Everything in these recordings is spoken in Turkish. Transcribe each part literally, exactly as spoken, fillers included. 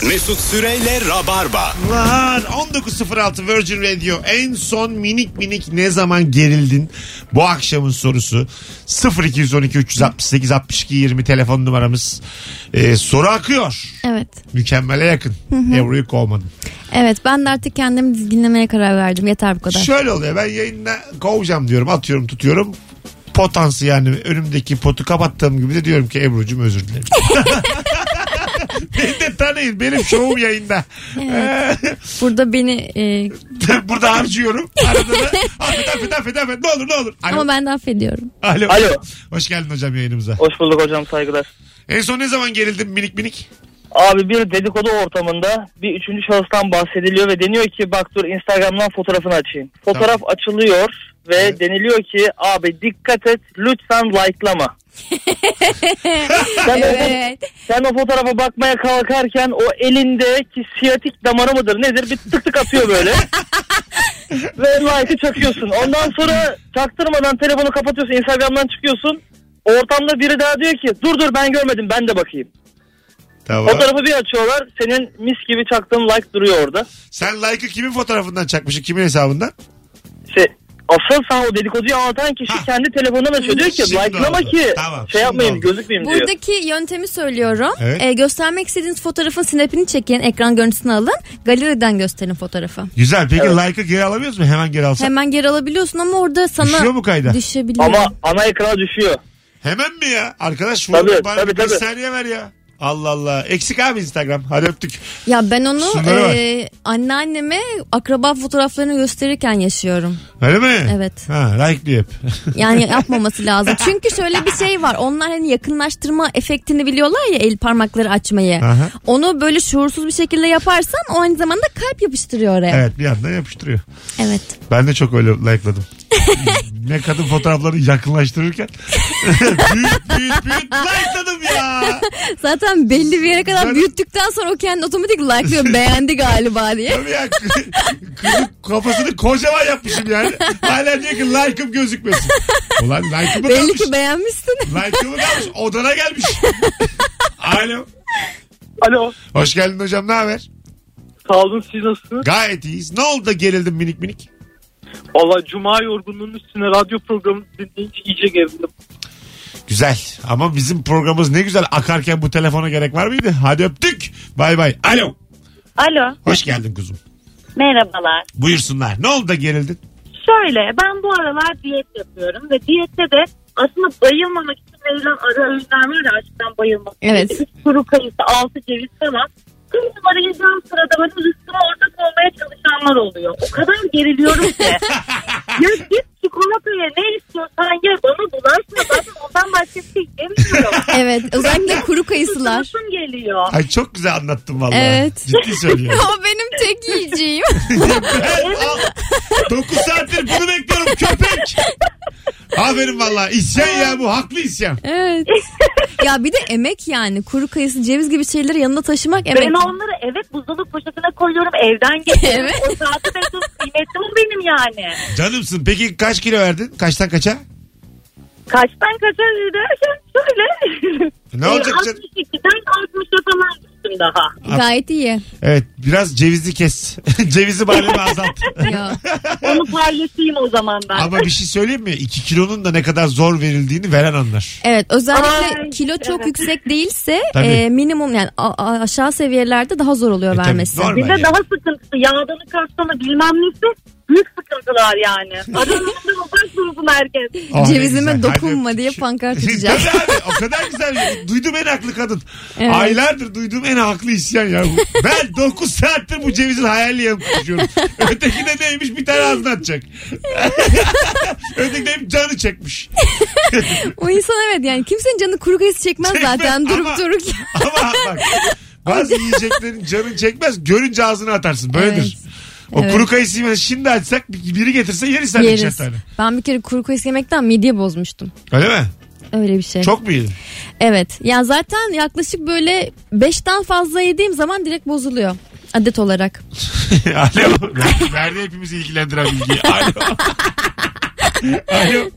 Mesut Süreyle Rabarba. Lan on dokuz sıfır altı Virgin Radio. En son minik minik ne zaman gerildin? Bu akşamın sorusu. sıfır iki on iki üç altı sekiz altmış iki yirmi telefon numaramız. Ee, soru akıyor. Evet. Mükemmele yakın. Ebru'yu kovmadım. Evet, ben de artık kendimi dizginlemeye karar verdim. Yeter bu kadar. Şöyle oluyor, ben yayında kovacağım diyorum, atıyorum, tutuyorum. Potansı yani önümdeki potu kapattığım gibi de diyorum ki Ebru'cum özür dilerim. Beni de tanıyın, benim şovum yayında. Evet. Burada beni e... burada harcıyorum. Arada da affet affet affet affet ne olur ne olur. Alo. Ama ben de affediyorum. Alo. Alo. Hoş geldin hocam yayınımıza. Hoş bulduk hocam, saygılar. En son ne zaman gerildin minik minik? Abi bir dedikodu ortamında bir üçüncü şahıstan bahsediliyor ve deniyor ki bak dur Instagram'dan fotoğrafını açayım. Fotoğraf tamam. Açılıyor ve evet. Deniliyor ki abi dikkat et lütfen like'lama. sen, evet. o, sen o fotoğrafa bakmaya kalkarken o elindeki siyatik damarı mıdır nedir bir tık tık atıyor böyle. Ve like'ı çakıyorsun. Ondan sonra çaktırmadan telefonu kapatıyorsun, Instagram'dan çıkıyorsun. Ortamda biri daha diyor ki dur dur ben görmedim ben de bakayım. Tamam. Fotoğrafı bir açıyorlar, senin mis gibi çaktığın like duruyor orada. Sen like'ı kimin fotoğrafından çakmışsın, kimin hesabından? Şey, asıl sen o dedikoduyu anlatan kişi ha. kendi telefonundan açıyor. Diyor ki like'lama ki tamam, şey yapmayayım oldu. Gözükmeyeyim diyor. Buradaki yöntemi söylüyorum. Evet. Ee, göstermek istediğiniz fotoğrafın snap'ini çekin, ekran görüntüsünü alın. Galeriden gösterin fotoğrafı. Güzel, peki evet. like'ı geri alamıyoruz mu? Hemen geri alsak. Hemen geri alabiliyorsun ama orada sana düşüyor mu kayda? Düşebiliyor. Ama ana ekrana düşüyor. Hemen mi ya? Arkadaş tabii, şurada bana tabii, bir tabii. saniye ver ya. Allah Allah. Eksik abi Instagram. Hadi öptük. Ya ben onu e, anneanneme akraba fotoğraflarını gösterirken yaşıyorum. Öyle mi? Evet. Ha, like hep. Yani yapmaması lazım. Çünkü şöyle bir şey var. Onlar hani yakınlaştırma efektini biliyorlar ya, el parmakları açmayı. Aha. Onu böyle şuursuz bir şekilde yaparsan o aynı zamanda kalp yapıştırıyor oraya. Evet, bir yandan yapıştırıyor. Evet. Ben de çok öyle like'ladım. Ne kadın fotoğraflarını yakınlaştırırken büyük büyük büyük like'ladım ya. Zaten belli bir yere kadar Zaten... büyüttükten sonra o kendi otomatik like'lıyor, beğendi galiba diye. Tabii ya, kızın kafasını kocaman yapmışım yani. Hala diyor ki like'ım gözükmesin. Ulan like'ımı belli kalmış. ki beğenmişsin. Like'ımı kalmış, odana gelmiş. Alo. Alo. Hoş geldin hocam, ne haber? Sağ olun, siz nasılsınız? Gayet iyiyiz. Ne oldu da gerildin minik minik? Valla cuma yorgunluğunun üstüne radyo programı dinleyince iyice gerildim. Güzel ama bizim programımız ne güzel akarken bu telefona gerek var mıydı? Hadi öptük. Bay bay. Alo. Alo. Hoş geldin kuzum. Merhabalar. Buyursunlar. Ne oldu da gerildin? Şöyle, ben bu aralar diyet yapıyorum ve diyette de aslında bayılmamak için verilen ara öğünler var ya, açıktan bayılmak. Evet. üç kuru kayısı, altı ceviz falan. Bir numara yiyeceğim sırada böyle üstüme ortak olmaya çalışanlar oluyor. O kadar geriliyorum ki. Ya git çikolataya ne istiyorsan ye, bana bulaşma, zaten ondan başka bir şey yemiyorum. Evet, özellikle kuru kayısılar. Tutum geliyor. Ay çok güzel anlattın vallahi. Evet. Ciddi söylüyorum. O benim tek yiyeceğim. dokuz saattir bunu bekliyorum köpek. Aferin vallahi, isyan ya bu, haklı isyan. Evet. Ya bir de emek yani, kuru kayısı, ceviz gibi şeyleri yanında taşımak emek. Ben onları evet buzdolabı poşetine koyuyorum, evden getiriyorum. Evet. O saati bekliyorum, kıymetli o benim yani. Canımsın. Peki kaç kilo verdin? Kaçtan kaça? Kaçtan kaça derken şöyle. Ne olacak canım? altmış ikiden altmışa falan düştüm daha. Gayet iyi. Evet, biraz cevizi kes. Cevizi bari azalt. Ya. Onu paylaşayım o zaman ben. Ama bir şey söyleyeyim mi? iki kilonun da ne kadar zor verildiğini veren anlar. Evet, özellikle Ay, kilo çok evet. yüksek değilse Tabii. e, minimum yani a- a- aşağı seviyelerde daha zor oluyor E, tabii, vermesi. normal. Bir de yani. daha sıkıntısı, yağdanı kaçtanı bilmem nesi büyük sıkıntılar yani. Aranızda uzak dursun herkes. Oh, ne Cevizime güzel. dokunma Hadi diye öptük. pankart açacağız. Tabii abi, o kadar güzel. Duydum en haklı kadın. Evet. Aylardır duyduğum en haklı isyan ya bu. Ben dokuz saattir bu cevizin hayaliyle yapışıyorum. Öteki de neymiş, bir tane ağzına atacak. Öteki de hep canı çekmiş. O insan evet yani kimsenin canı kuru kayısı çekmez Çekmez zaten durup ama- dururken. Ama bak, bazı yiyeceklerin canın çekmez, görünce ağzına atarsın. Böyledir. Evet. O Evet. kuru kayısıyı mesela şimdi açsak biri getirse yeriz sen ikişer Yeriz. tane. Ben bir kere kuru kayısı yemekten midye bozmuştum. Öyle mi? Öyle bir şey. Çok mu yedin? Evet. Yani zaten yaklaşık böyle beşten fazla yediğim zaman direkt bozuluyor. Adet olarak. Alo. Ver- Verdi hepimizi ilgilendiren bilgiyi. Alo. Alo.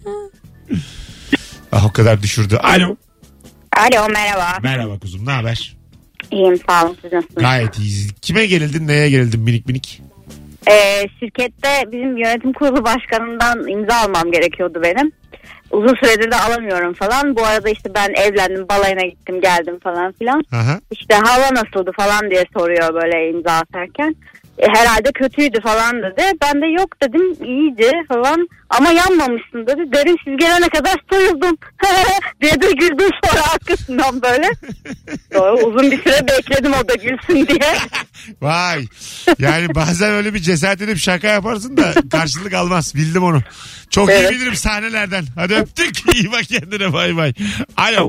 Ah, o kadar düşürdü. Alo. Alo, merhaba. Merhaba kuzum, ne haber? İyiyim sağ olun, siz nasılsınız? Gayet iyiyiz. Kime gerildin, neye gerildin minik minik? Ee, şirkette bizim yönetim kurulu başkanından imza almam gerekiyordu benim. Uzun süredir de alamıyorum falan. Bu arada işte ben evlendim, balayına gittim geldim falan filan. Aha. İşte hava nasıldı falan diye soruyor böyle imza atarken. E, herhalde kötüydü falan dedi. Ben de yok dedim, iyiydi falan. Ama yanmamışsın dedi. Derin siz gelene kadar soyuldum diye de güldüm sonra arkasından böyle. Sonra uzun bir süre bekledim o da gülsün diye. Vay. Yani bazen öyle bir cesaret edip şaka yaparsın da karşılık almaz. Bildim onu. Çok Evet. iyi bilirim sahnelerden. Hadi öptük. İyi bak kendine, bay bay. Alo.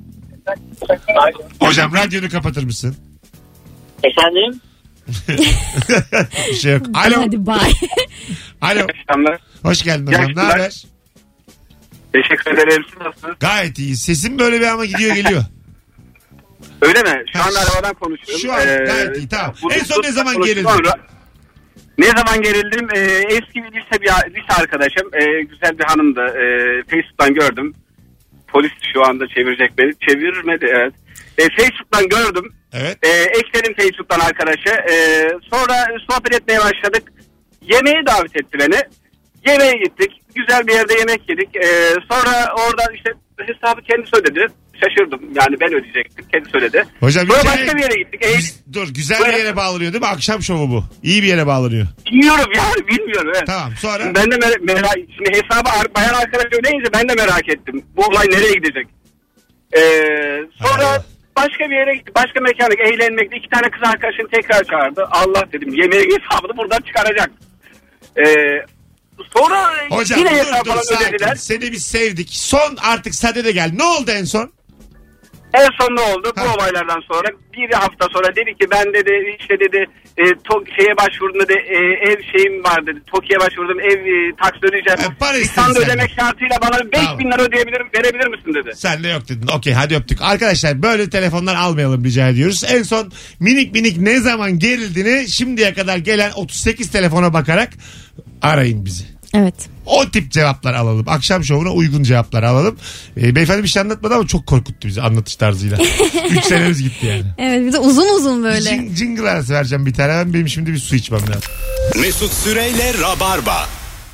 Hocam radyonu kapatır mısın? Efendim? Bir şey yok. Alo. Hadi bay. Alo. Hoş geldin hocam. Ne haber? Teşekkür ederim. Siz nasılsınız? Gayet iyi. Sesin böyle bir ama gidiyor geliyor. Öyle mi? Şu Ha, anda arabadan konuşuyorum. Şu an Ee, gayet iyi, tamam. bunu- En son ne zaman bunu- gerildin? sonra- Ne zaman gerildim? Ee, eski bir lise, bir lise arkadaşım. Ee, güzel bir hanımdı. Ee, Facebook'tan gördüm. Polis şu anda çevirecek beni. Çevirmedi, evet. Ee, Facebook'tan gördüm. Evet. Ee, ekledim Facebook'tan arkadaşı. Ee, sonra sohbet etmeye başladık. Yemeğe davet etti beni. Yemeğe gittik. Güzel bir yerde yemek yedik. Ee, sonra orada işte hesabı kendi söyledi. Şaşırdım. Yani ben ödeyecektim. Kendi söyledi. Hocam Sonra hikaye- başka bir yere gittik. Ee, Güz- dur, güzel bir yere bağlanıyor değil mi? Akşam şovu bu. İyi bir yere bağlanıyor. bilmiyorum yani bilmiyorum. Evet. Tamam, sonra? Ben de mer- merak... Şimdi hesabı ar- bayan arkadaş ödeyince ben de merak ettim. Bu olay nereye gidecek? Ee, sonra Ha. başka bir yere gittik. Başka mekana eğlenmekte. İki tane kız arkadaşını tekrar çağırdı. Allah dedim. Yemeğin hesabını buradan çıkaracak. Ee, sonra Hocam yine dur hesap dur falan sakin. ödediler. Seni biz sevdik. Son artık sade de gel. Ne oldu en son? En son ne oldu? Ha. Bu olaylardan sonra bir hafta sonra dedi ki ben dedi işte dedi e, to, şeye başvurdum dedi e, ev şeyim var dedi. TOKİ'ye başvurdum ev e, taksi ödeyeceğim. Ha, para istedi İstanbul'da senden. ödemek şartıyla bana beş Tamam. bin lira ödeyebilirim verebilir misin dedi. Sen de yok dedin. Okey, hadi öptük. Arkadaşlar böyle telefonlar almayalım rica ediyoruz. En son minik minik ne zaman gerildiğini şimdiye kadar gelen otuz sekiz telefona bakarak arayın bizi. Evet. O tip cevaplar alalım. Akşam şovuna uygun cevaplar alalım. Ee, beyefendi bir şey anlatmadı ama çok korkuttu bizi anlatış tarzıyla. Üç senemiz gitti yani. Evet, bir de uzun uzun böyle. Jing, jingle arası vereceğim bir tane. Ben benim şimdi bir su içmem lazım. Mesut Süreyle Rabarba.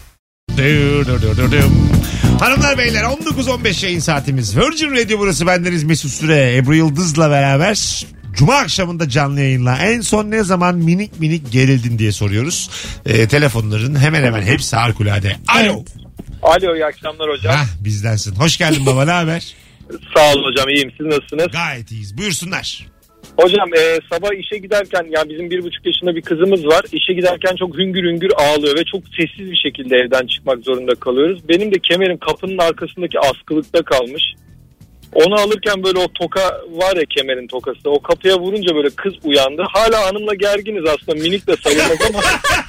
Hanımlar beyler on dokuz on beş yayın saatimiz. Virgin Radio burası, bendeniz Mesut Süre. Ebru Yıldız'la beraber Cuma akşamında canlı yayınla en son ne zaman minik minik gerildin diye soruyoruz. Ee, telefonların hemen hemen hepsi harikulade. Alo. Evet. Alo, iyi akşamlar hocam. Hah, bizdensin. Hoş geldin baba, ne haber? Sağ olun hocam, iyiyim. Siz nasılsınız? Gayet iyiyiz. Buyursunlar. Hocam e, sabah işe giderken, yani bizim bir buçuk yaşında bir kızımız var. İşe giderken çok hüngür hüngür ağlıyor ve çok sessiz bir şekilde evden çıkmak zorunda kalıyoruz. Benim de kemerim kapının arkasındaki askılıkta kalmış. Onu alırken böyle o toka var ya, kemerin tokası. O kapıya vurunca böyle kız uyandı. Hala hanımla gerginiz aslında, minik de sayılmaz ama.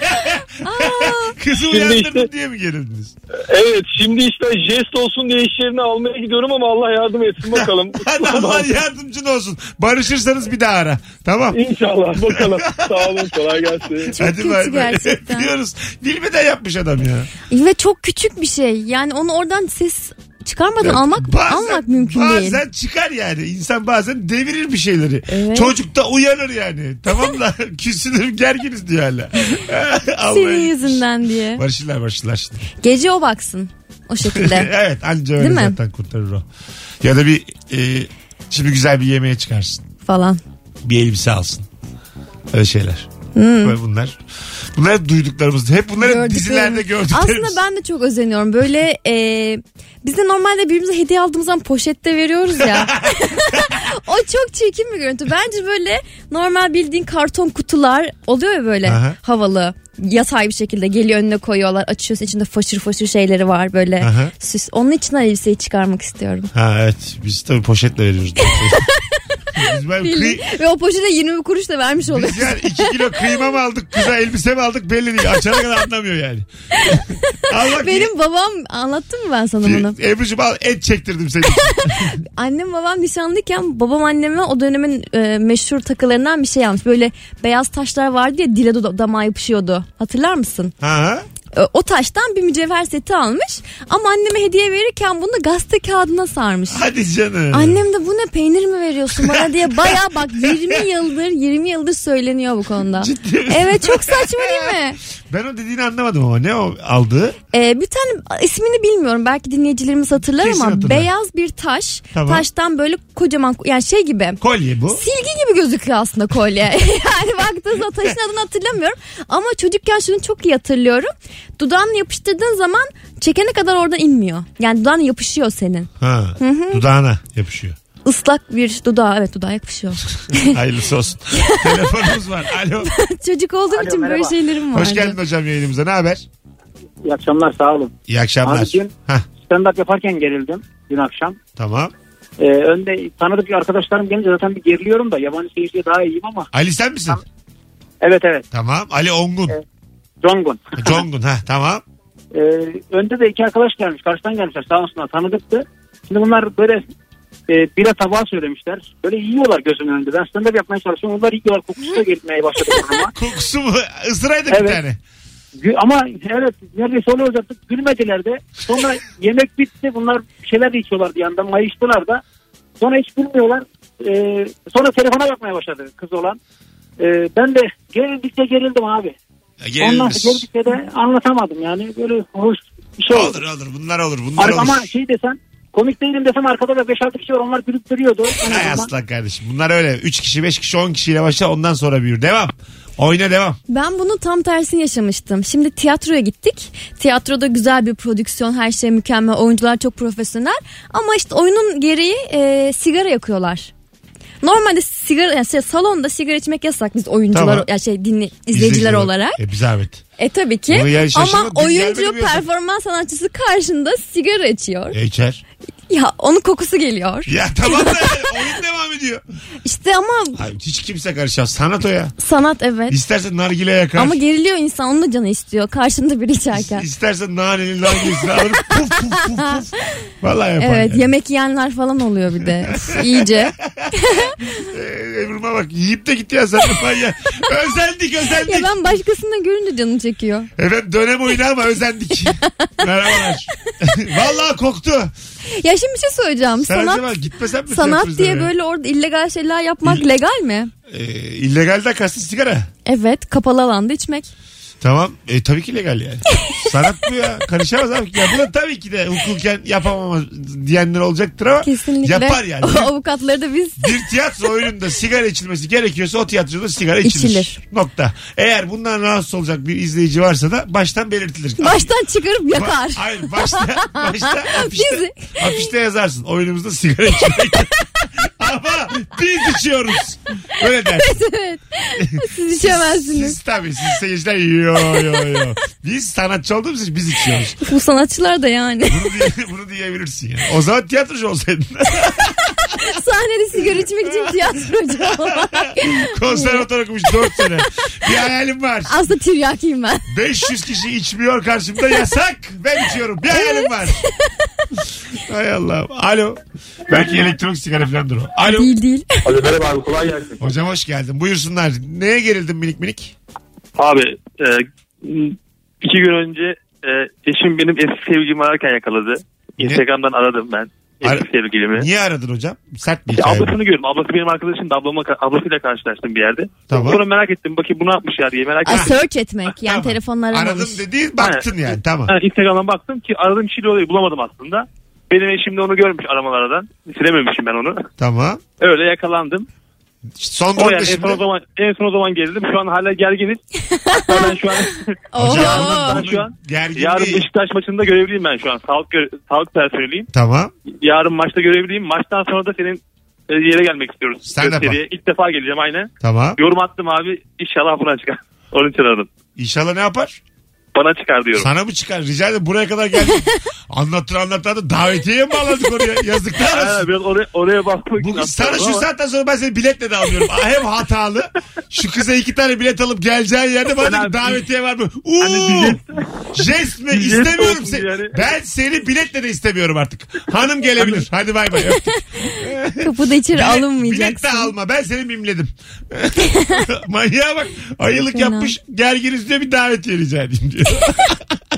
Kızı Şimdi uyandırdın işte- diye mi gerildiniz? Evet, şimdi işte jest olsun diye iş yerine almaya gidiyorum ama Allah yardım etsin bakalım. Hadi Allah yardımcın olsun. Barışırsanız bir daha ara. Tamam. İnşallah bakalım. Sağ olun, kolay gelsin. Çok Hadi kötü bay bay. gerçekten. Biliyoruz. Bilmeden yapmış adam ya. Ve çok küçük bir şey. Yani onu oradan ses çıkarmadan almak almak mümkün bazen değil. Bazen çıkar yani. İnsan bazen devirir bir şeyleri. Evet. Çocuk da uyanır yani. Tamam da küsülür, gerginiz diyor hala. Allah'ım. Senin yüzünden diye. Barışırlar barışırlar şimdi. Gece o baksın. O şekilde. Evet, anca öyle Değil mi? zaten kurtarır o. Ya da bir e, şimdi güzel bir yemeğe çıkarsın. Falan. Bir elbise alsın. Öyle şeyler. Hmm. Böyle bunlar. Bunlar hep duyduklarımız. Hep bunları Gördüklerim. dizilerde gördüklerimiz. Aslında ben de çok özeniyorum. Böyle e, biz de normalde birbirimize hediye aldığımız zaman poşette veriyoruz ya. O çok çirkin bir görüntü. Bence böyle normal bildiğin karton kutular oluyor ya böyle Aha. havalı. Yatay bir şekilde geliyor, önüne koyuyorlar. Açıyorsun, içinde faşır faşır şeyleri var böyle. Aha. Süs. Onun içinden elbiseyi çıkarmak istiyorum. Ha evet. Biz tabii poşetle veriyoruz. Biz ben kıy- Ve o poşete yirmi kuruş da vermiş oluyor. Biz yani iki kilo kıyma mı aldık, kıza elbise mi aldık belli değil. Açana kadar anlamıyor yani. Allah Benim babam, anlattım mı ben sana bunu? Ebru'cum al, et çektirdim seni. Annem babam nişanlıyken babam anneme o dönemin e, meşhur takılarından bir şey almış. Böyle beyaz taşlar vardı ya, dile do- damağa yapışıyordu. Hatırlar mısın? Ha. E, o taştan bir mücevher seti almış. Ama anneme hediye verirken bunu gazete kağıdına sarmış. Hadi canım. Annem de bu ne, peynir mi veriyorsun bana diye baya bak yirmi yıldır yirmi yıldır söyleniyor bu konuda. Ciddi misin? Evet, çok saçma değil mi? Ben o dediğini anlamadım ama ne o aldığı? Ee, bir tane ismini bilmiyorum, belki dinleyicilerimiz hatırlar Kesin ama hatırlar. beyaz bir taş. Tamam. Taştan böyle kocaman, yani şey gibi. Kolye bu. Silgi gibi gözüküyor aslında kolye. Yani baktığınızda taşın adını hatırlamıyorum. Ama çocukken şunu çok iyi hatırlıyorum. Dudağını yapıştırdığın zaman çekene kadar oradan inmiyor. Yani dudağına yapışıyor senin. Ha. Dudağına yapışıyor. Islak bir dudağa, evet dudağa yapışıyor. Hayırlısı olsun. Telefonumuz var. Alo. Çocuk olduğum Alo, için merhaba. böyle şeylerim var. Hoş geldin hocam yayınımıza. Ne haber? İyi akşamlar, sağ olun. İyi akşamlar. Abi dün Hah, stand-up yaparken gerildim dün akşam. tamam. Ee, önde tanıdık bir arkadaşlarım gelince zaten bir geriliyorum da yabancı seyirciye daha iyiyim ama. Ali sen misin? Evet evet. Tamam. Ali Ongun. Evet. Jongun. Jongun. Ha tamam. Ee, önde de iki arkadaş gelmiş. Karşıdan gelmişler, sağ olsunlar, tanıdıktı. Şimdi bunlar böyle e, bira tabağı söylemişler. Böyle yiyorlar gözümün önünde. Ben stand-up yapmaya çalışıyorum. Onlar yiyorlar. Kokusu da gelmeye başladı burnuma. Kokusu mu? Isıraydı bir Evet. tane. Gü- Ama evet, neredeyse öyle olacaktı. Gülmediler de. Sonra yemek bitti. Bunlar bir şeyler de içiyorlar bir yandan. Mayıştılar da. Sonra hiç gülmüyorlar. Ee, sonra telefona bakmaya başladı kız olan. Ee, ben de gerildikçe gerildim abi. Ya, Ondan gerilir. sonra gerildikçe de anlatamadım yani. Böyle hoş bir şey oldu. Olur olur. Bunlar olur. Bunlar Ar- olur. Ama şey desem, komik değilim desem, arkada da beş altı kişi var. Onlar gülüp duruyordu. En Hay azından. aslan kardeşim. Bunlar öyle. üç kişi, beş kişi, on kişiyle başla. Ondan sonra büyür. Devam. Oyna devam. Ben bunu tam tersini yaşamıştım. Şimdi tiyatroya gittik. Tiyatroda güzel bir prodüksiyon, her şey mükemmel, oyuncular çok profesyonel. Ama işte oyunun gereği e, sigara yakıyorlar. Normalde sigara, yani şey, salonda sigara içmek yasak biz oyuncular, Tamam. yani şey dinle, izleyiciler olarak. E bir zahmet. E tabii ki. Bunu yani şaşırma, Ama dün oyuncu, gelmedi mi yoksa? performans sanatçısı karşında sigara içiyor. E içer. Ya onun kokusu geliyor. Ya tamam da oyun devam ediyor. İşte ama Abi, hiç kimse karışamaz. Sanat o ya. sanat, evet. İstersen nargile yakar. Ama geriliyor insan, onun da canı istiyor karşında biri içerken. İstersen nanenin nargilesini alır. Puf puf puf puf. Vallahi yapar. Evet, yani. yemek yiyenler falan oluyor bir de. Uf, iyice. Ee, Ebru'ma bak yiyip de gitti ya sen de manyak. Özendik özendik. Ya ben başkasından görünce canım çekiyor. Efendim dönem oyunu ama özendik. Merhabalar. Vallahi koktu. Ya şimdi bir şey söyleyeceğim. Sen sanat acaba gitmesen mi? sanat tiyatro diye izlemeye? böyle orada illegal şeyler yapmak İll- legal mi? Ee, illegalden kastın sigara. Evet, kapalı alanda içmek. Tamam. E, tabii ki legal yani. Sanat bu ya. Karışamaz abi. Ya bunu tabii ki de hukuken yapamamaz diyenler olacaktır ama Kesinlikle. yapar yani. O avukatları da biz Bir tiyatro oyununda sigara içilmesi gerekiyorsa o tiyatroda sigara içilir. İçilir. Nokta. Eğer bundan rahatsız olacak bir izleyici varsa da baştan belirtilir. baştan çıkarıp yakar. Ba- Hayır başta, başta afişte, Bizi. afişte yazarsın. Oyunumuzda sigara içmek. Ama biz içiyoruz. Öyle dersin. Evet. Siz içemezsiniz. Siz tabii siz seyirciler yo yo yo. Biz sanatçı olduğumuz için biz içiyoruz. Bu sanatçılar da yani. Bunu, diye, bunu diyebilirsin yani. O zaman tiyatrocu olsaydın. Sahnede sigara içmek için tiyatrocu olmak. Konservatuar okumuş dört sene. Bir hayalim var. Aslında tiryakiyim ben. beş yüz kişi içmiyor karşımda yasak. Ben içiyorum. Bir hayalim var. Hay Allah. Alo. Belki elektronik sigara falandır o. Alo. Değil değil. Hadi merhaba abi, kolay gelsin. Hocam hoş geldin. Buyursunlar. Neye gerildin minik minik? Abi e, iki gün önce e, eşim benim eski sevgilimi ararken yakaladı. Instagram'dan aradım ben eski Ara- sevgilimi. Niye aradın hocam? Sert bir İşte hikaye. ablasını gördüm. Ablası benim arkadaşım da ablamla, ablasıyla karşılaştım bir yerde. Tamam. Sonra merak ettim. Bakayım bu ne yapmış ya diye merak Ay, ettim. search etmek yani Tamam. telefonlar Aradım aramamış. dediğin baktın Aynen. yani tamam. Ha, Instagram'dan baktım ki aradığım kişiyle olayı bulamadım aslında. Benim eşim de onu görmüş aramalardan. Silememişim ben onu. Tamam. Öyle yakalandım. Son O durumda yani en şimdi. son o zaman en son o zaman gerildim. Şu an hala gerginiz. Hatta ben şu an Hocam Oo. ben şu an gerginliği- yarın Beşiktaş maçında görevliyim ben şu an. Sağlık gö- sağlık personeliyim. Tamam. Yarın maçta görevliyim. Maçtan sonra da senin e, yere gelmek istiyoruz. Sen de Gösteriye. İlk defa geleceğim aynen. Tamam. Yorum attım abi. İnşallah buna çıkar. Onun için aradım. İnşallah ne yapar? Bana çıkar diyorum. Sana mı çıkar? Rica ederim buraya kadar geldin. anlattır anlattır da davetiyeye mi bağladık oraya? Yazıklar Aynen, olsun. biraz oraya, oraya bakmak Bugün için sana attım şu ama- saatten sonra ben seni biletle de almıyorum. Hem hatalı. Şu kıza iki tane bilet alıp geleceğin yerde bana Hani bir davetiye var mı? Uuu. Hani bir Jest mi? bir jest İstemiyorum olsun seni. yani. Ben seni biletle de istemiyorum artık. Hanım gelebilir. Hadi bay bay. Öptük. Kapıda içeri Bilet, bilet alınmayacaksın. de alma. Ben seni mimledim. Manyağa bak. Ayılık Fena. yapmış. Gerginiz diye bir davetiye rica edeyim diyor.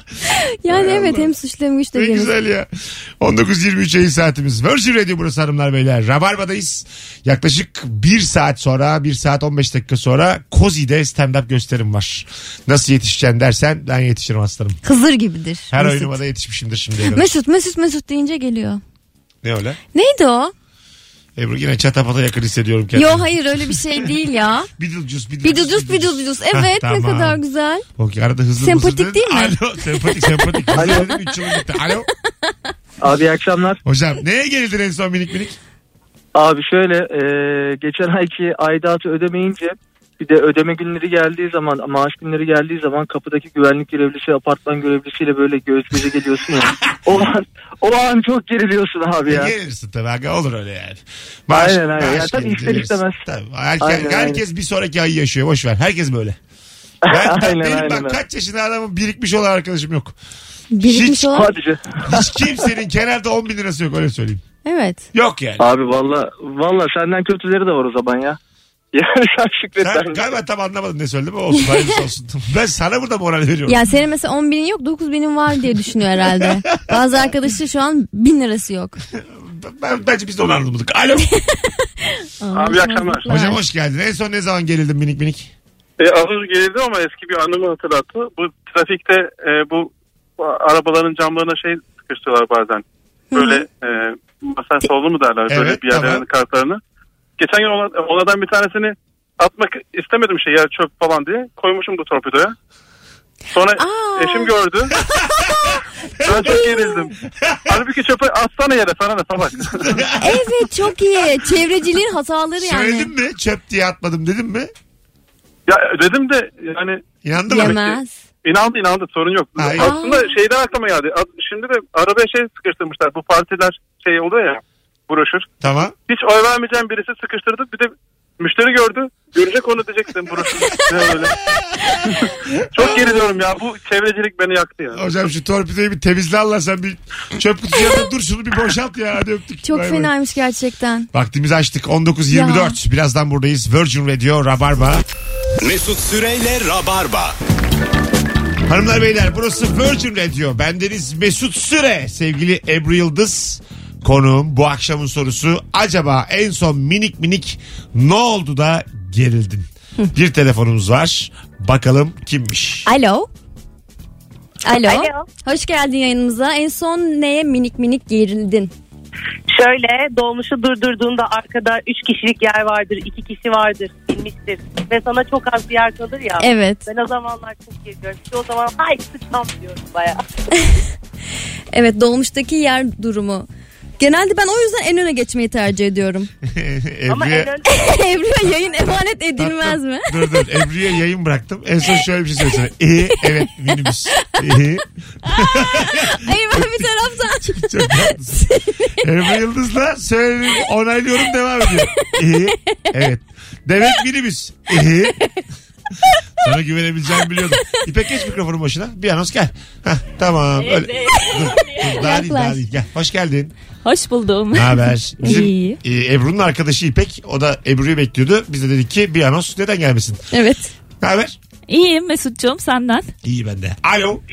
Yani Hay evet Allah. hem suçlu hem güçlü Ne gene. güzel ya. on dokuz yirmi üç yayın saatimiz. Virgin Radio burası hanımlar beyler. Rabarba'dayız. Yaklaşık bir saat sonra, bir saat on beş dakika sonra Kozi'de stand-up gösterim var. Nasıl yetişeceksin dersen ben yetişirim aslanım. Hızır gibidir. Her Mesut. oyunuma da yetişmişimdir şimdiye kadar. Mesut Mesut Mesut deyince geliyor. Ne öyle? Neydi o? Ebru yine çatapata yakın hissediyorum kendimi. Yo hayır öyle bir şey değil ya. Beetlejuice, Bidudus bidudus. Evet Hah, ne tamam. kadar güzel. Okey arada hızlı Sempatik hızlı değil mi? Alo sempatik sempatik. Hızlı dedim üç yıl gitti. Alo. Abi iyi akşamlar. Hocam neye gerildin en son minik minik? Abi şöyle e, geçen ayki aidatı ödemeyince bir de ödeme günleri geldiği zaman maaş günleri geldiği zaman kapıdaki güvenlik görevlisi apartman görevlisiyle böyle göz göze geliyorsun ya. o an o an çok geriliyorsun abi ya. Gerilirsin tabii aga olur öyle yani. Aynen, aynen. Ya tabii gelince ister gelirsin. istemez. Tabii. Herkes, Aynen, herkes aynen. bir sonraki ayı yaşıyor boş ver. Herkes böyle. Ben, ben- Aynen, benim aynen. bak kaç yaşında adamın birikmiş olan arkadaşım yok. Birikmiş Hiç- olan. Hadi canım. Hiç kimsenin kenarda on bin lirası yok öyle söyleyeyim. Evet. Yok yani. Abi valla valla senden kötüleri de var o zaman ya. Yani sen şükret. Sen galiba tam anlamadın ne söyledim ama olsun hayırlısı olsun. Ben sana burada moral veriyorum. Ya senin mesela on binin yok dokuz binin var diye düşünüyor herhalde. Bazı arkadaşı şu an bin lirası yok. Ben, bence biz de onu anlamadık. Alo. Abi iyi akşamlar. Hocam hoş geldin. En son ne zaman gerildin minik minik? E, az önce geldi ama eski bir anımı hatırlattı. Bu trafikte e, bu, bu arabaların camlarına şey sıkıştırıyorlar bazen. Böyle e, masaj soldu mu derler Evet, böyle bir yerlerin tamam. kartlarını. Geçen gün ona- onlardan bir tanesini atmak istemedim şey ya çöp falan diye. Koymuşum bu torpidoya. Sonra Aa. eşim gördü. Ben çok gerildim. Halbuki çöpe atsana yere sana ne salak. Evet çok iyi. Çevreciliğin hataları yani. Söyledin mi? Çöp diye atmadım dedim mi? Ya dedim de yani İnandı mı? Yemez. inandı inandı sorun yok. Ha, iyi. Aslında şeyden aklıma geldi. Şimdi de arabaya şey sıkıştırmışlar. Bu partiler şey oluyor ya broşür. Tamam. Hiç oy vermeyeceğim birisi sıkıştırdı. Bir de müşteri gördü. Görecek onu diyeceksin broşür. Böyle. Çok geriliyorum ya. Bu çevrecilik beni yaktı ya. Hocam şu torpidoyu bir temizle Allah sen bir çöp kutusu yanında dur şunu bir boşalt ya hadi öptük. Çok Bay bay. fenaymış gerçekten. Vaktimizi açtık on dokuz yirmi dört birazdan buradayız Virgin Radio Rabarba. Mesut Süreyle Rabarba. Hanımlar beyler burası Virgin Radio bendeniz Mesut Süre sevgili Ebru Yıldız konuğum bu akşamın sorusu acaba en son minik minik ne oldu da gerildin? Bir telefonumuz var bakalım kimmiş? Alo. Alo. Alo. Hoş geldin yayınımıza. En son neye minik minik gerildin? Şöyle dolmuşu durdurduğunda arkada üç kişilik yer vardır, iki kişi vardır, binmiştir ve sana çok az bir yer kalır ya. Evet. Ben o zamanlar çok geziyorum. İşte o zaman hay sıçmam diyorum bayağı. Evet dolmuştaki yer durumu. Genelde ben o yüzden en öne geçmeyi tercih ediyorum. Ama en Ebru'ya, önce Ebru'ya yayın emanet edilmez mi? dur dur Ebru'ya yayın bıraktım en son şöyle bir şey söylesene. Ee, evet minibüs. Ee, Hayır ben bir taraftan. çok tatlısın. Ebru Yıldız'la söylediğim onaylıyorum devam ediyor. Ee, evet. Demek minibüs. Ee. Sana güvenebileceğimi biliyordum. İpek geç mikrofonun başına. Bir anons gel. Heh, tamam. Öyle. Dur, dur, daha değil, daha değil. Gel. Hoş geldin. Hoş buldum. Ne haber? Bizim İyi. e, Ebru'nun arkadaşı İpek. O da Ebru'yu bekliyordu. Biz de dedik ki bir anons neden gelmesin? Evet. Ne haber? İyiyim Mesut'cum senden. İyi bende. Alo.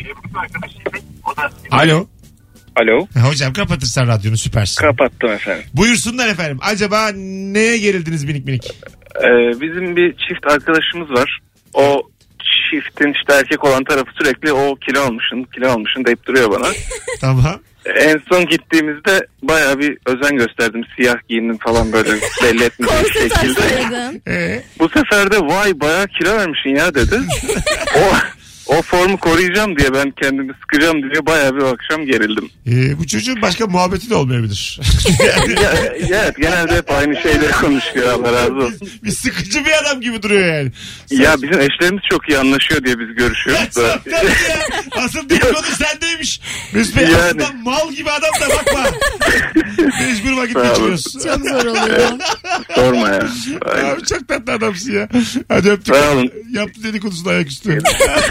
Alo. Alo. Ha, hocam kapatırsan radyonu süpersin. Kapattım efendim. Buyursunlar efendim. Acaba neye gerildiniz minik minik? Ee, bizim bir çift arkadaşımız var. O çiftin işte erkek olan tarafı sürekli o kilo almışsın, kilo almışsın deyip duruyor bana. Tamam. En son gittiğimizde bayağı bir özen gösterdim. Siyah giyindim falan böyle belli etmeyecek Korku şekilde. saçladım. Ee, Bu sefer de vay bayağı kilo vermişsin ya dedi. o o formu koruyacağım diye ben kendimi sıkacağım diye bayağı bir akşam gerildim. e, bu çocuğun başka muhabbeti de olmayabilir. ya, evet genelde hep aynı şeyleri konuşuyor Allah razı olsun. bir sıkıcı bir adam gibi duruyor yani. Ya bizim eşlerimiz çok iyi anlaşıyor diye biz görüşüyoruz da. Tabii ya. Asıl dedikodu sendeymiş. Mesut Bey Yani. aslında mal gibi adam da bakma. Mecbur vakit Sağ olun. geçiriyoruz. Çok zor oluyor. Sorma ya. Aynen. Abi çok tatlı adamsın ya. Hadi öptük. Sağ olun. Yaptı dedikodusunu ayaküstü.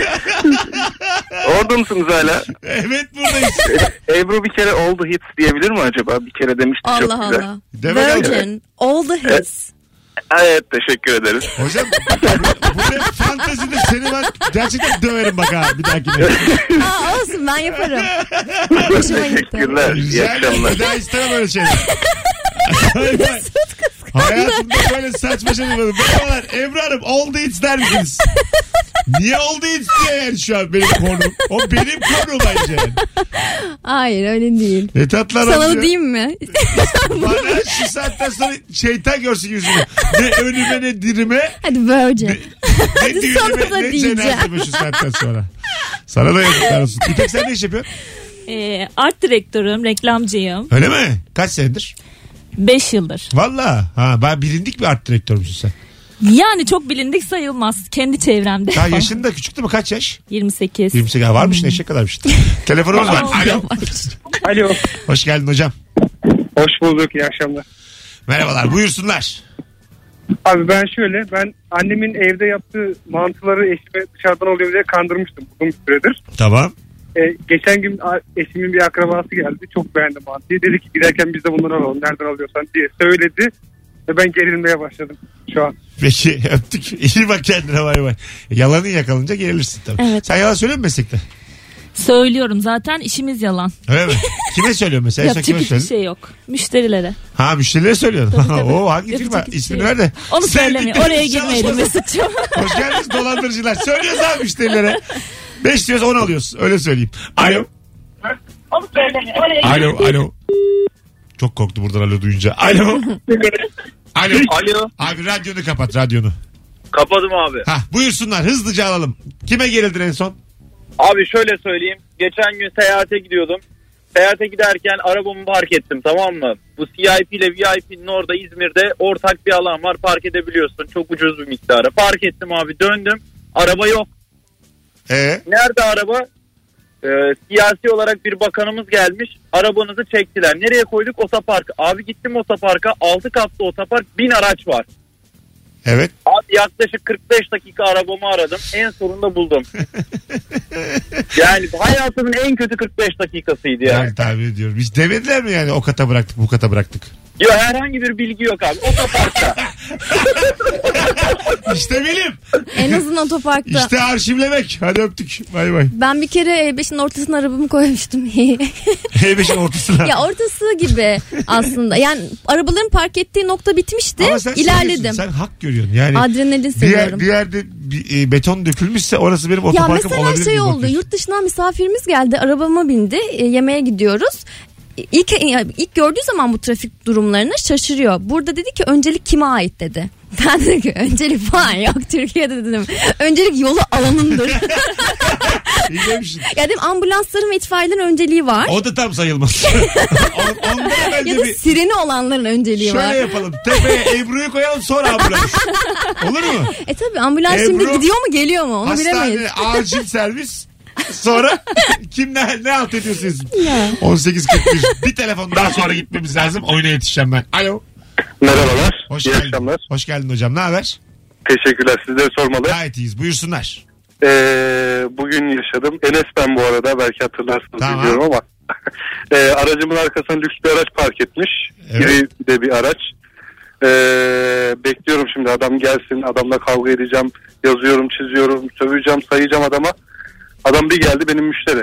Orada mısınız hala? Evet buradayız. Ebru bir kere oldu hits diyebilir mi acaba? Bir kere demişti çok Allah güzel. Allah. Deme Virgin. All the hits. Evet teşekkür ederiz. Hocam bu, bu ne fantezidir seni ben gerçekten döverim bak ha bir dahakine. Aa, olsun ben yaparım. Hoşuma gitti. Teşekkürler. İyi Güzel. akşamlar. Bir daha istemem öyle şeyler. Hayır, hayır. Hayatımda böyle saçma şey yapmadım. Merhabalar Ebru Hanım all dates der misiniz? Niye all dates diye yani şu an benim konum? O benim konum bence yani. Hayır öyle değil. Ne tatlı Sana adam da ya. diyeyim mi? Bana şu saatten sonra şeytan görsün yüzümü. Ne önüme ne dirime. Hadi Virgin. Ne Hadi düğünüme sana da ne diyeceğim. cenazeme şu saatten sonra. Sana da yazıklar olsun. İpek sen ne iş yapıyorsun? Ee, art direktörüm, reklamcıyım. Öyle mi? Kaç senedir? beş yıldır. Valla. Ha, ben bilindik bir art direktörmüşsün sen. Yani çok bilindik sayılmaz. Kendi çevremde. Daha yaşın da küçüktü mü? Kaç yaş? yirmi sekiz. yirmi sekiz. Varmış ne eşek kadarmış. Telefonumuz var. Alo. Alo. Hoş geldin hocam. Hoş bulduk. İyi akşamlar. Merhabalar. Buyursunlar. Abi ben şöyle ben annemin evde yaptığı mantıları eşime dışarıdan oluyor diye kandırmıştım uzun bir süredir. Tamam. Ee, geçen gün a- eşimin bir akrabası geldi. Çok beğendi mantıyı. Dedi ki giderken biz de bunları alalım. Nereden alıyorsan diye söyledi. Ve ben gerilmeye başladım şu an. Peki öptük. İyi bak kendine bay bay. Yalanı yakalanınca gerilirsin tabii. Evet. Sen yalan söylüyor musun meslekte? Söylüyorum zaten işimiz yalan. Öyle mi? Kime söylüyorsun mesela? En son Yapacak kime hiçbir söyledin? şey yok. Müşterilere. Ha müşterilere söylüyorsun. Tabii, tabii. Oo, hangi Yapacak firma? hiçbir İsmini şey ver de. Onu Sen söyleme. bir Oraya deniz girmeyelim çalışmasın. Mesut'cum. Hoş geldiniz dolandırıcılar. Söylüyoruz abi müşterilere. beş diyoruz on alıyoruz. Öyle söyleyeyim. Alo. Alo. Alo. Çok korktu buradan alo duyunca. Alo. Alo. Alo. Abi radyonu kapat radyonu. Kapadım abi. Ha buyursunlar hızlıca alalım. Kime gerildin en son? Abi şöyle söyleyeyim. Geçen gün seyahate gidiyordum. Seyahate giderken arabamı park ettim, tamam mı? Bu C I P ile V I P'nin orada İzmir'de ortak bir alan var. Park edebiliyorsun. Çok ucuz bir miktara. Park ettim abi, döndüm. Araba yok. Ee? Nerede araba? Ee, siyasi olarak bir bakanımız gelmiş. Arabanızı çektiler. Nereye koyduk? Otopark. Abi gittim otoparka. altı katlı otopark. bin araç var. Evet. Abi yaklaşık kırk beş dakika arabamı aradım. En sonunda buldum. Yani hayatımın en kötü kırk beş dakikasıydı yani. Yani tahmin ediyorum. Hiç demediler mi yani o kata bıraktık bu kata bıraktık? Yok, herhangi bir bilgi yok abi. Otoparkta. İşte bilim. En azından otoparkta. İşte arşivlemek. Hadi öptük. Bay bay. Ben bir kere E beşin ortasına arabamı koymuştum. E beşin ortasına. Ya ortası gibi aslında. Yani arabaların park ettiği nokta bitmişti. Ama sen İlerledim. seviyorsun, sen hak görüyorsun. Yani Adrenalin bir, seviyorum. yer, bir yerde bir, e, beton dökülmüşse orası benim Ya otoparkım olabilir. mesela şey diye oldu. bakıyorsun. Yurt dışından misafirimiz geldi. Arabama bindi. E, yemeğe gidiyoruz. İlk, ilk gördüğü zaman bu trafik durumlarını şaşırıyor. Burada dedi ki öncelik kime ait dedi. Ben dedim ki öncelik falan yok Türkiye'de dedim. Öncelik yolu alanındır. İyi demişsin. Ya dedim ambulansların ve itfaiyelerin önceliği var. O da tam sayılmaz. On, onlara bence Ya da bir sireni olanların önceliği şöyle var. yapalım. Tepeye Ebru'yu koyalım sonra ambulans. Olur mu? E tabi ambulans Ebru, şimdi gidiyor mu geliyor mu onu bilemeyiz. Hastane acil servis. Sonra kim ne, ne alt ediyorsunuz? Ya. on sekiz kırk bir. Bir telefon daha sonra gitmemiz lazım. Oyuna yetişeceğim ben. Alo. Merhabalar. Hoş İyi geldin. akşamlar. Hoş geldin hocam. Ne haber? Teşekkürler. Sizleri sormalı. Gayet iyiyiz. Buyursunlar. Ee, bugün yaşadım. Enes ben bu arada. Belki hatırlarsınız Tamam. biliyorum ama. ee, aracımın arkasına lüks bir araç park etmiş. Evet. İri de bir araç. Ee, bekliyorum şimdi adam gelsin. Adamla kavga edeceğim. Yazıyorum, çiziyorum, söveceğim, sayacağım adama. Adam bir geldi benim müşteri.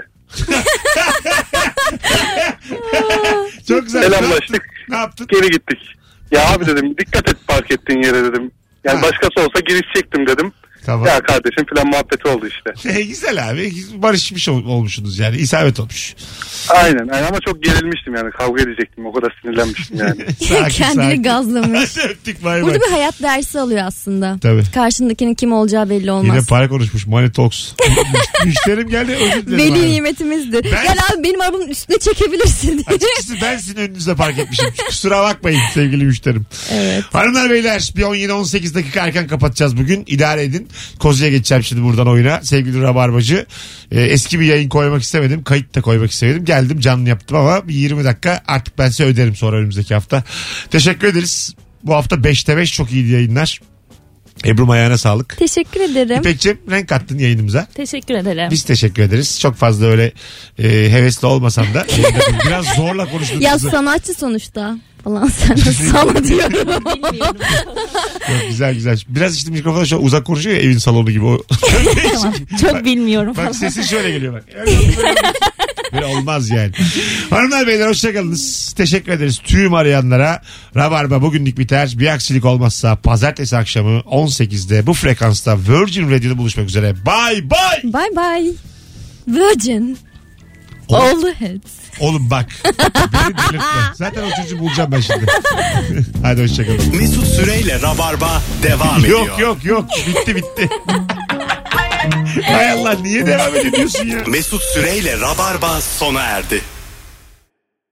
Çok güzel. Selamlaştık. Ne yaptın? Geri gittik. Ya abi dedim dikkat et park ettiğin yere dedim. Yani Ha. başkası olsa girişecektim dedim. Tamam. Ya kardeşim falan muhabbeti oldu işte. E, güzel abi. Barışmış ol- olmuşsunuz yani. İsabet olmuş. Aynen, aynen ama çok gerilmiştim yani kavga edecektim o kadar sinirlenmiştim yani. Sakin, Kendini sakin. gazlamış. Hadi öptük bay bay. Burada bir hayat dersi alıyor aslında. Tabii. Karşındakinin kim olacağı belli olmaz. Yine para konuşmuş. Money Talks. Müşterim geldi özür dilerim. Veli abi. nimetimizdi. Ben- Gel abi benim arabamın üstüne çekebilirsin diye. Açıkçası ben sizin önünüzde park etmişim. Kusura bakmayın sevgili müşterim. Evet. Hanımlar beyler bir on yedi on sekiz dakika erken kapatacağız bugün. İdare edin. Kozuya geçeceğim şimdi buradan oyuna. Sevgili Rabarbacı. E, eski bir yayın koymak istemedim. Kayıt da koymak istemedim. Geldim canlı yaptım ama bir yirmi dakika artık ben size öderim sonra önümüzdeki hafta. Teşekkür ederiz. Bu hafta beşte beş çok iyiydi yayınlar. Ebru'm ayağına sağlık. Teşekkür ederim. İpek'ciğim renk kattın yayınımıza. Teşekkür ederim. Biz teşekkür ederiz. Çok fazla öyle e, hevesli olmasam da biraz zorla Ya konuştuğumuzu. sanatçı sonuçta. falan sen nasıl sana diyorum. Çok güzel güzel. Biraz işte mikrofona şu uzak konuşuyor ya evin salonu gibi. O. Çok bilmiyorum falan. Bak sesi şöyle geliyor bak. Böyle olmaz yani. Hanımlar beyler hoşçakalınız. Teşekkür ederiz tüm arayanlara. Rabarba bugünlük biter. Bir aksilik olmazsa pazartesi akşamı on sekizde bu frekansta Virgin Radio'da buluşmak üzere. Bye bye. Bye bye. Virgin. All the heads. Oğlum bak. Beni delirtme. Zaten o çocuğu bulacağım ben şimdi. Hadi hoşçakalın. Mesut Süreyle Rabarba devam ediyor. Yok yok yok. Bitti bitti. Hay Allah niye devam ediyorsun ya? Mesut Süreyle Rabarba sona erdi.